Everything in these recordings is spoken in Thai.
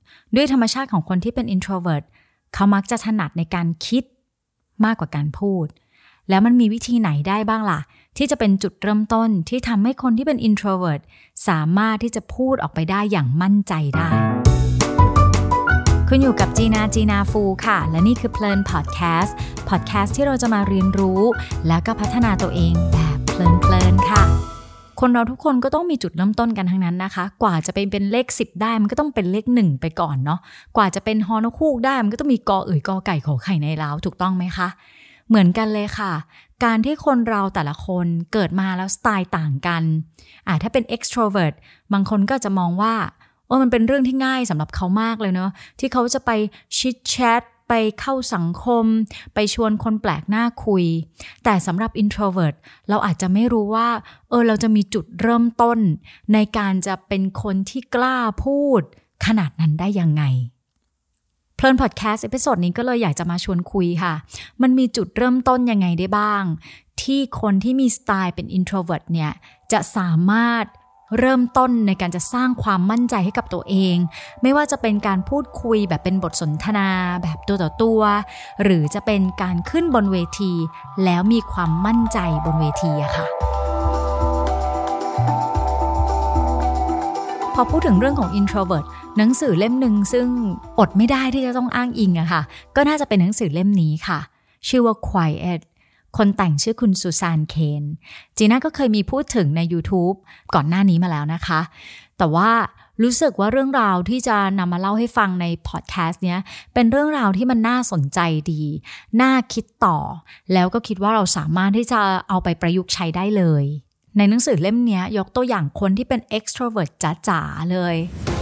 ด้วยธรรมชาติของคนที่เป็น introvert เขามักจะถนัดในการคิดมากกว่าการพูดแล้วมันมีวิธีไหนได้บ้างล่ะที่จะเป็นจุดเริ่มต้นที่ทำให้คนที่เป็น introvert สามารถที่จะพูดออกไปได้อย่างมั่นใจได้คุณอยู่กับจีนาฟูค่ะและนี่คือเพลินพอดแคสต์ที่เราจะมาเรียนรู้แล้วก็พัฒนาตัวเองแบบเพลินค่ะคนเราทุกคนก็ต้องมีจุดเริ่มต้นกันทั้งนั้นนะคะกว่าจะเป็นเลข10ได้มันก็ต้องเป็นเลข1ไปก่อนเนาะกว่าจะเป็นฮอนกฮูกได้มันก็ต้องมีกอเอ๋ยกอไก่ขอไข่ในเล้าถูกต้องไหมคะเหมือนกันเลยค่ะการที่คนเราแต่ละคนเกิดมาแล้วสไตล์ต่างกันถ้าเป็น extrovert บางคนก็จะมองว่ามันเป็นเรื่องที่ง่ายสำหรับเขามากเลยเนาะที่เขาจะไปชิทแชทไปเข้าสังคมไปชวนคนแปลกหน้าคุยแต่สำหรับ introvert เราอาจจะไม่รู้ว่าเราจะมีจุดเริ่มต้นในการจะเป็นคนที่กล้าพูดขนาดนั้นได้ยังไงเพลินพอดแคสต์เอพิโซดนี้ก็เลยอยากจะมาชวนคุยค่ะมันมีจุดเริ่มต้นยังไงได้บ้างที่คนที่มีสไตล์เป็น introvert เนี่ยจะสามารถเริ่มต้นในการจะสร้างความมั่นใจให้กับตัวเองไม่ว่าจะเป็นการพูดคุยแบบเป็นบทสนทนาแบบตัวต่อตัวหรือจะเป็นการขึ้นบนเวทีแล้วมีความมั่นใจบนเวทีอะค่ะพอพูดถึงเรื่องของ introvert หนังสือเล่มหนึ่งซึ่งอดไม่ได้ที่จะต้องอ้างอิงอะค่ะก็น่าจะเป็นหนังสือเล่มนี้ค่ะชื่อว่า Quietคนแต่งชื่อคุณซูซานเคนจีน่าก็เคยมีพูดถึงใน YouTube ก่อนหน้านี้มาแล้วนะคะแต่ว่ารู้สึกว่าเรื่องราวที่จะนำมาเล่าให้ฟังในพอดแคสต์เนี้ยเป็นเรื่องราวที่มันน่าสนใจดีน่าคิดต่อแล้วก็คิดว่าเราสามารถที่จะเอาไปประยุกต์ใช้ได้เลยในหนังสือเล่มนี้ยกตัวอย่างคนที่เป็น extrovert จ๋าๆเลย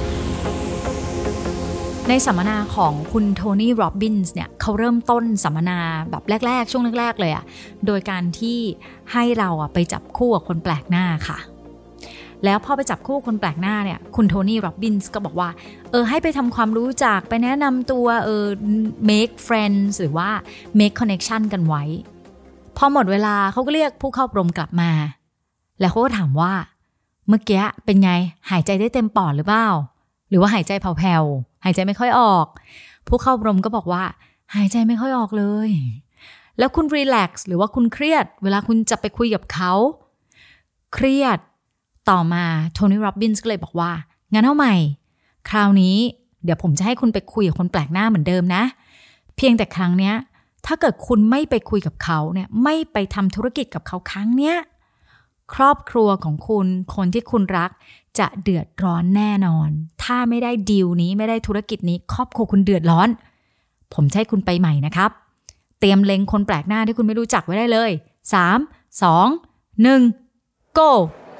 ในสัมมนาของคุณโทนี่โรบินส์เนี่ยเขาเริ่มต้นสัมมนาแบบแรกๆช่วงแรกๆเลยโดยการที่ให้เราไปจับคู่กับคนแปลกหน้าค่ะแล้วพอไปจับคู่คนแปลกหน้าเนี่ยคุณโทนี่โรบินส์ก็บอกว่าให้ไปทำความรู้จักไปแนะนำตัวmake friends หรือว่า make connection กันไว้พอหมดเวลาเขาก็เรียกผู้เข้าอบรมกลับมาแล้วเขาก็ถามว่าเมื่อกี้เป็นไงหายใจได้เต็มปอดหรือเปล่าหรือว่าหายใจแผ่วๆหายใจไม่ค่อยออกผู้เข้าอบรมก็บอกว่าหายใจไม่ค่อยออกเลยแล้วคุณรีแลกซ์หรือว่าคุณเครียดเวลาคุณจะไปคุยกับเขาเครียดต่อมาโทนี่โรบินส์ก็เลยบอกว่างั้นเอาใหม่คราวนี้เดี๋ยวผมจะให้คุณไปคุยกับคนแปลกหน้าเหมือนเดิมนะเพียงแต่ครั้งเนี้ยถ้าเกิดคุณไม่ไปคุยกับเขาเนี่ยไม่ไปทำธุรกิจกับเขาครั้งเนี้ยครอบครัวของคุณคนที่คุณรักจะเดือดร้อนแน่นอนถ้าไม่ได้ดีลนี้ไม่ได้ธุรกิจนี้ครอบครัวคุณเดือดร้อนผมจะให้คุณไปใหม่นะครับเตรียมเล็งคนแปลกหน้าที่คุณไม่รู้จักไว้ได้เลย3 2 1 go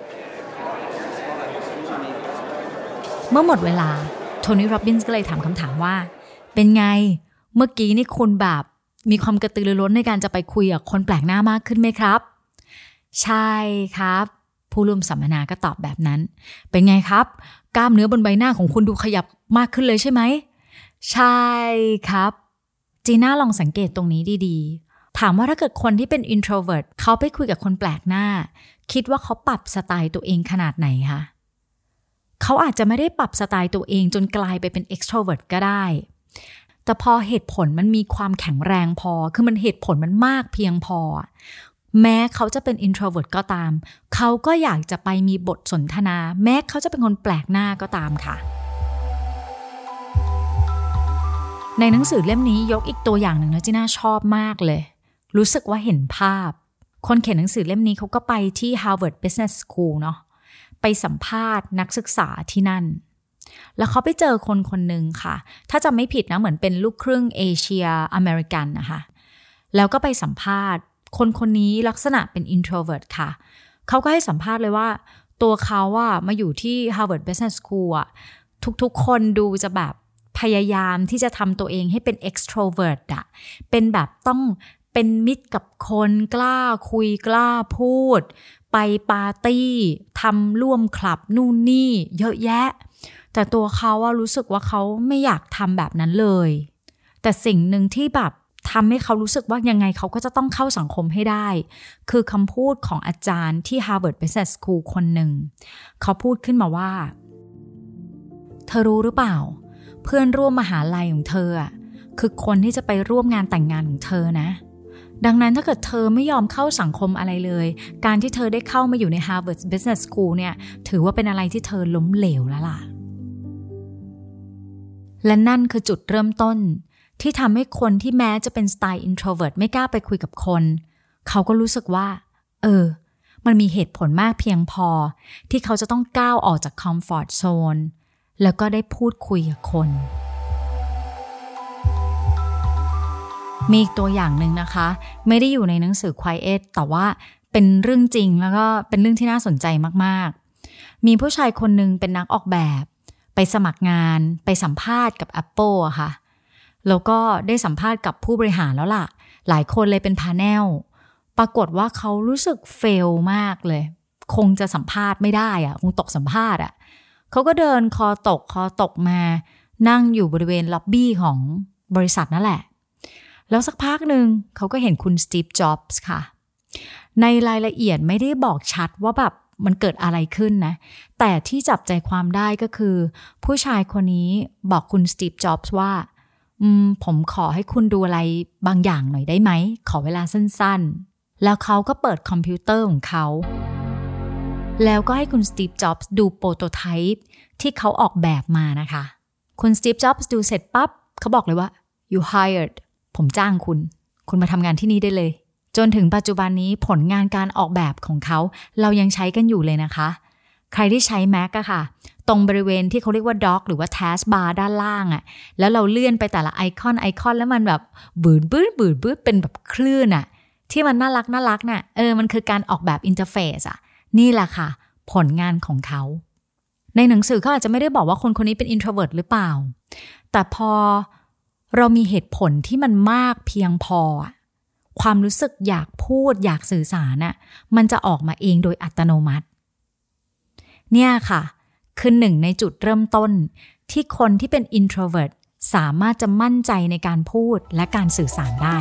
เมื่อหมดเวลาโทนี่โรบินส์ก็เลยถามคำถามว่าเป็นไงเมื่อกี้นี่คุณแบบมีความกระตือรือร้นในการจะไปคุยกับคนแปลกหน้ามากขึ้นไหมครับใช่ครับผู้ร่วมสัมมนาก็ตอบแบบนั้นเป็นไงครับกล้ามเนื้อบนใบหน้าของคุณดูขยับมากขึ้นเลยใช่ไหมใช่ครับจีน่าลองสังเกตตรงนี้ดีๆถามว่าถ้าเกิดคนที่เป็น introvert เขาไปคุยกับคนแปลกหน้าคิดว่าเขาปรับสไตล์ตัวเองขนาดไหนคะเขาอาจจะไม่ได้ปรับสไตล์ตัวเองจนกลายไปเป็น extrovert ก็ได้แต่พอเหตุผลมันมีความแข็งแรงพอคือมันเหตุผลมันมากเพียงพอแม้เขาจะเป็น introvert ก็ตามเขาก็อยากจะไปมีบทสนทนาแม้เขาจะเป็นคนแปลกหน้าก็ตามค่ะในหนังสือเล่มนี้ยกอีกตัวอย่างหนึ่งนะจีน่าชอบมากเลยรู้สึกว่าเห็นภาพคนเขียนหนังสือเล่มนี้เขาก็ไปที่ Harvard Business School เนาะไปสัมภาษณ์นักศึกษาที่นั่นแล้วเขาไปเจอคนคนหนึ่งค่ะถ้าจำไม่ผิดนะเหมือนเป็นลูกครึ่งเอเชียอเมริกันนะคะแล้วก็ไปสัมภาษณ์คนนี้ลักษณะเป็น introvert ค่ะเขาก็ให้สัมภาษณ์เลยว่าตัวเขามาอยู่ที่ Harvard Business School ทุกๆคนดูจะแบบพยายามที่จะทำตัวเองให้เป็น extrovert เป็นแบบต้องเป็นมิตรกับคนกล้าคุยกล้าพูดไปปาร์ตี้ทำร่วมคลับนู่นนี่เยอะแยะแต่ตัวเขารู้สึกว่าเขาไม่อยากทำแบบนั้นเลยแต่สิ่งหนึ่งที่แบบทำให้เขารู้สึกว่ายังไงเขาก็จะต้องเข้าสังคมให้ได้คือคำพูดของอาจารย์ที่ Harvard Business School คนหนึ่งเขาพูดขึ้นมาว่าเธอรู้หรือเปล่าเพื่อนร่วมมหาลัยของเธอคือคนที่จะไปร่วมงานแต่งงานของเธอนะดังนั้นถ้าเกิดเธอไม่ยอมเข้าสังคมอะไรเลยการที่เธอได้เข้ามาอยู่ใน Harvard Business School เนี่ยถือว่าเป็นอะไรที่เธอล้มเหลวแล้วล่ะและนั่นคือจุดเริ่มต้นที่ทำให้คนที่แม้จะเป็นสไตล์ introvert ไม่กล้าไปคุยกับคนเขาก็รู้สึกว่ามันมีเหตุผลมากเพียงพอที่เขาจะต้องก้าวออกจาก comfort zone แล้วก็ได้พูดคุยกับคนมีอีกตัวอย่างหนึ่งนะคะไม่ได้อยู่ในหนังสือ Quiet แต่ว่าเป็นเรื่องจริงแล้วก็เป็นเรื่องที่น่าสนใจมากๆมีผู้ชายคนหนึ่งเป็นนักออกแบบไปสมัครงานไปสัมภาษณ์กับ Apple อะค่ะแล้วก็ได้สัมภาษณ์กับผู้บริหารแล้วล่ะหลายคนเลยเป็นพาเนลปรากฏว่าเขารู้สึกเฟลมากเลยคงจะสัมภาษณ์ไม่ได้คงตกสัมภาษณ์เขาก็เดินคอตกมานั่งอยู่บริเวณล็อบบี้ของบริษัทนั่นแหละแล้วสักพักหนึ่งเขาก็เห็นคุณสตีฟ จ็อบส์ค่ะในรายละเอียดไม่ได้บอกชัดว่าแบบมันเกิดอะไรขึ้นนะแต่ที่จับใจความได้ก็คือผู้ชายคนนี้บอกคุณสตีฟ จ็อบส์ว่าผมขอให้คุณดูอะไรบางอย่างหน่อยได้ไหมขอเวลาสั้นๆแล้วเขาก็เปิดคอมพิวเตอร์ของเขาแล้วก็ให้คุณสตีฟ จ็อบส์ดูโปรโตไทป์ที่เขาออกแบบมานะคะคุณสตีฟ จ็อบส์ดูเสร็จปั๊บเขาบอกเลยว่า you hired ผมจ้างคุณมาทำงานที่นี่ได้เลยจนถึงปัจจุบันนี้ผลงานการออกแบบของเขาเรายังใช้กันอยู่เลยนะคะใครที่ใช้ Mac ค่ะตรงบริเวณที่เขาเรียกว่า Dock หรือว่า Task Bar ด้านล่างแล้วเราเลื่อนไปแต่ละไอคอนแล้วมันแบบบืดเป็นแบบคลื่นที่มันน่ารักน่ะมันคือการออกแบบอินเทอร์เฟซนี่แหละค่ะผลงานของเขาในหนังสือเขาอาจจะไม่ได้บอกว่าคนนี้เป็น introvert หรือเปล่าแต่พอเรามีเหตุผลที่มันมากเพียงพอความรู้สึกอยากพูดอยากสื่อสารมันจะออกมาเองโดยอัตโนมัติเนี่ยค่ะคือหนึ่งในจุดเริ่มต้นที่คนที่เป็น introvert สามารถจะมั่นใจในการพูดและการสื่อสารได้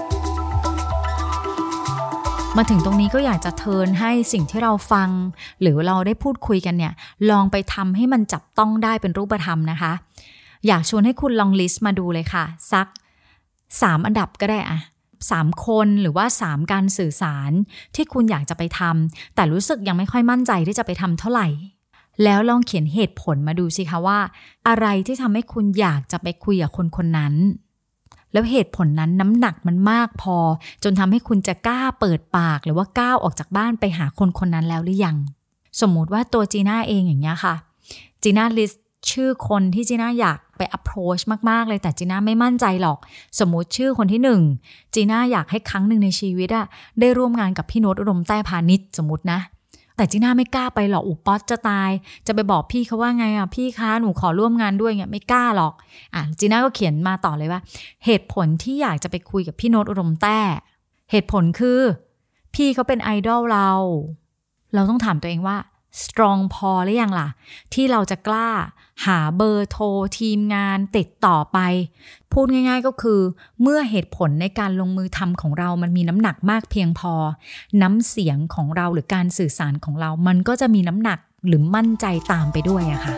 มาถึงตรงนี้ก็อยากจะเทิร์นให้สิ่งที่เราฟังหรือเราได้พูดคุยกันเนี่ยลองไปทำให้มันจับต้องได้เป็นรูปธรรมนะคะอยากชวนให้คุณลองลิสต์มาดูเลยค่ะสัก3อันดับก็ได้3คนหรือว่า3การสื่อสารที่คุณอยากจะไปทำแต่รู้สึกยังไม่ค่อยมั่นใจที่จะไปทำเท่าไหร่แล้วลองเขียนเหตุผลมาดูสิคะว่าอะไรที่ทำให้คุณอยากจะไปคุยกับคนนั้นแล้วเหตุผลนั้นน้ำหนักมันมากพอจนทำให้คุณจะกล้าเปิดปากหรือว่าก้าวออกจากบ้านไปหาคนนั้นแล้วหรือยังสมมุติว่าตัวจีน่าเองอย่างเงี้ยค่ะจีน่าลิสต์ชื่อคนที่จีน่าอยากไป approach มากๆเลยแต่จีน่าไม่มั่นใจหรอกสมมุติชื่อคนที่1จีน่าอยากให้ครั้งหนึ่งในชีวิตได้ร่วมงานกับพี่โน้ตอุดมแต้พานิชสมมุตินะแต่จีน่าไม่กล้าไปหรอกป๊อตจะตายจะไปบอกพี่เขาว่าไงพี่คะหนูขอร่วมงานด้วยเงี้ยไม่กล้าหรอกจีน่าก็เขียนมาต่อเลยว่าเหตุผลที่อยากจะไปคุยกับพี่โน้ตอุดมแต้เหตุผลคือพี่เขาเป็นไอดอลเราต้องถามตัวเองว่าstrong พอหรือยังล่ะที่เราจะกล้าหาเบอร์โทรทีมงานติดต่อไปพูดง่ายๆก็คือเมื่อเหตุผลในการลงมือทำของเรามันมีน้ำหนักมากเพียงพอน้ำเสียงของเราหรือการสื่อสารของเรามันก็จะมีน้ำหนักหรือมั่นใจตามไปด้วยค่ะ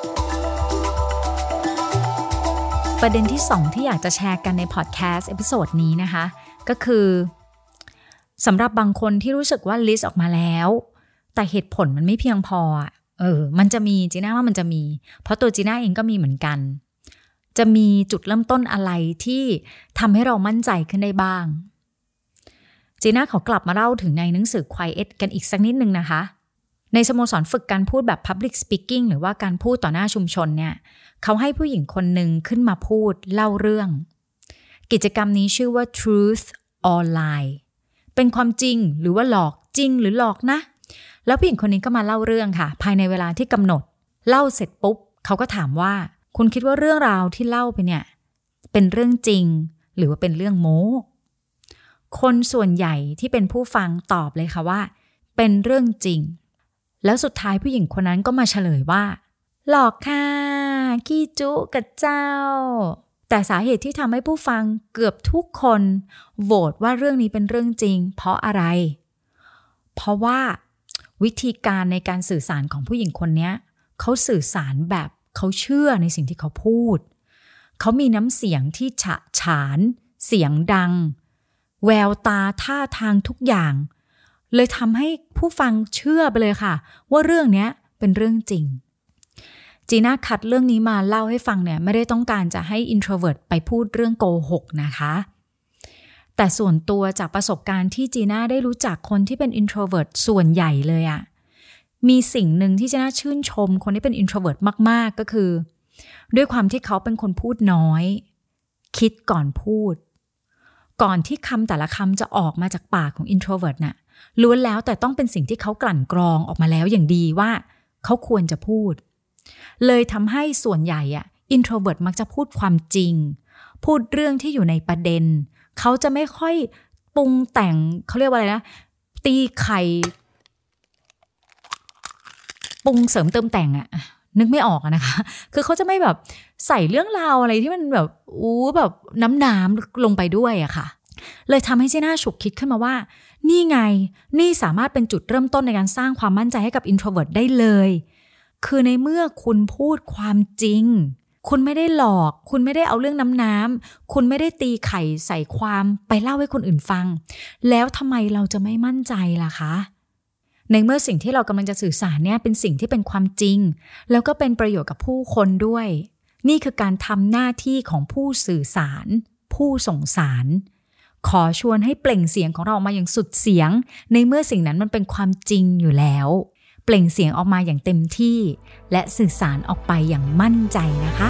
ประเด็นที่2ที่อยากจะแชร์กันในพอดแคสต์เอพิโซดนี้นะคะก็คือสำหรับบางคนที่รู้สึกว่าลิสต์ออกมาแล้วแต่เหตุผลมันไม่เพียงพอมันจะมีจีน่าว่ามันจะมีเพราะตัวจีน่าเองก็มีเหมือนกันจะมีจุดเริ่มต้นอะไรที่ทำให้เรามั่นใจขึ้นได้บ้างจีน่าขอกลับมาเล่าถึงในหนังสือ Quiet กันอีกสักนิดนึงนะคะในสโมสรฝึกการพูดแบบ Public Speaking หรือว่าการพูดต่อหน้าชุมชนเนี่ยเขาให้ผู้หญิงคนหนึ่งขึ้นมาพูดเล่าเรื่องกิจกรรมนี้ชื่อว่า Truth or Lie เป็นความจริงหรือว่าหลอกจริงหรือหลอกนะแล้วผู้หญิงคนนี้ก็มาเล่าเรื่องค่ะภายในเวลาที่กำหนดเล่าเสร็จปุ๊บเขาก็ถามว่าคุณคิดว่าเรื่องราวที่เล่าไปเนี่ยเป็นเรื่องจริงหรือว่าเป็นเรื่องโม้คนส่วนใหญ่ที่เป็นผู้ฟังตอบเลยค่ะว่าเป็นเรื่องจริงแล้วสุดท้ายผู้หญิงคนนั้นก็มาเฉลยว่าหลอกค่ะขี้จุกับเจ้าแต่สาเหตุที่ทำให้ผู้ฟังเกือบทุกคนโหวตว่าเรื่องนี้เป็นเรื่องจริงเพราะอะไรเพราะว่าวิธีการในการสื่อสารของผู้หญิงคนนี้เขาสื่อสารแบบเขาเชื่อในสิ่งที่เขาพูดเขามีน้ำเสียงที่ฉะฉานเสียงดังแววตาท่าทางทุกอย่างเลยทำให้ผู้ฟังเชื่อไปเลยค่ะว่าเรื่องนี้เป็นเรื่องจริงจีน่าคัดเรื่องนี้มาเล่าให้ฟังเนี่ยไม่ได้ต้องการจะให้ introvert ไปพูดเรื่องโกหกนะคะแต่ส่วนตัวจากประสบการณ์ที่จีน่าได้รู้จักคนที่เป็น introvert ส่วนใหญ่เลยอะมีสิ่งหนึ่งที่จีน่าชื่นชมคนที่เป็น introvert มากๆก็คือด้วยความที่เขาเป็นคนพูดน้อยคิดก่อนพูดก่อนที่คำแต่ละคำจะออกมาจากปากของ introvert น่ะล้วนแล้วแต่ต้องเป็นสิ่งที่เขากลั่นกรองออกมาแล้วอย่างดีว่าเขาควรจะพูดเลยทำให้ส่วนใหญ่อะ introvert มักจะพูดความจริงพูดเรื่องที่อยู่ในประเด็นเขาจะไม่ค่อยปรุงแต่งเขาเรียกว่าอะไรนะตีไข่ปรุงเสริมเติมแต่งอะนึกไม่ออกนะคะคือเขาจะไม่แบบใส่เรื่องราวอะไรที่มันแบบแบบน้ำลงไปด้วยอะค่ะเลยทำให้เจน่าฉุกคิดขึ้นมาว่านี่ไงนี่สามารถเป็นจุดเริ่มต้นในการสร้างความมั่นใจให้กับ introvert ได้เลยคือในเมื่อคุณพูดความจริงคุณไม่ได้หลอกคุณไม่ได้เอาเรื่องน้ำคุณไม่ได้ตีไข่ใส่ความไปเล่าให้คนอื่นฟังแล้วทำไมเราจะไม่มั่นใจล่ะคะในเมื่อสิ่งที่เรากำลังจะสื่อสารเนี่ยเป็นสิ่งที่เป็นความจริงแล้วก็เป็นประโยชน์กับผู้คนด้วยนี่คือการทำหน้าที่ของผู้สื่อสารผู้ส่งสารขอชวนให้เปล่งเสียงของเราออกมาอย่างสุดเสียงในเมื่อสิ่งนั้นมันเป็นความจริงอยู่แล้วเปล่งเสียงออกมาอย่างเต็มที่และสื่อสารออกไปอย่างมั่นใจนะคะ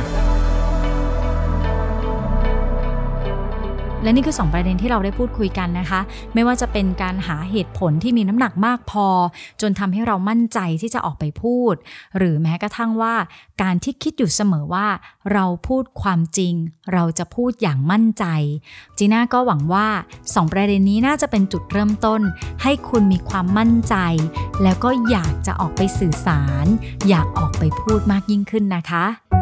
และนี่คือ2ประเด็นที่เราได้พูดคุยกันนะคะไม่ว่าจะเป็นการหาเหตุผลที่มีน้ำหนักมากพอจนทำให้เรามั่นใจที่จะออกไปพูดหรือแม้กระทั่งว่าการที่คิดอยู่เสมอว่าเราพูดความจริงเราจะพูดอย่างมั่นใจจีน่าก็หวังว่า2ประเด็นนี้น่าจะเป็นจุดเริ่มต้นให้คุณมีความมั่นใจแล้วก็อยากจะออกไปสื่อสารอยากออกไปพูดมากยิ่งขึ้นนะคะ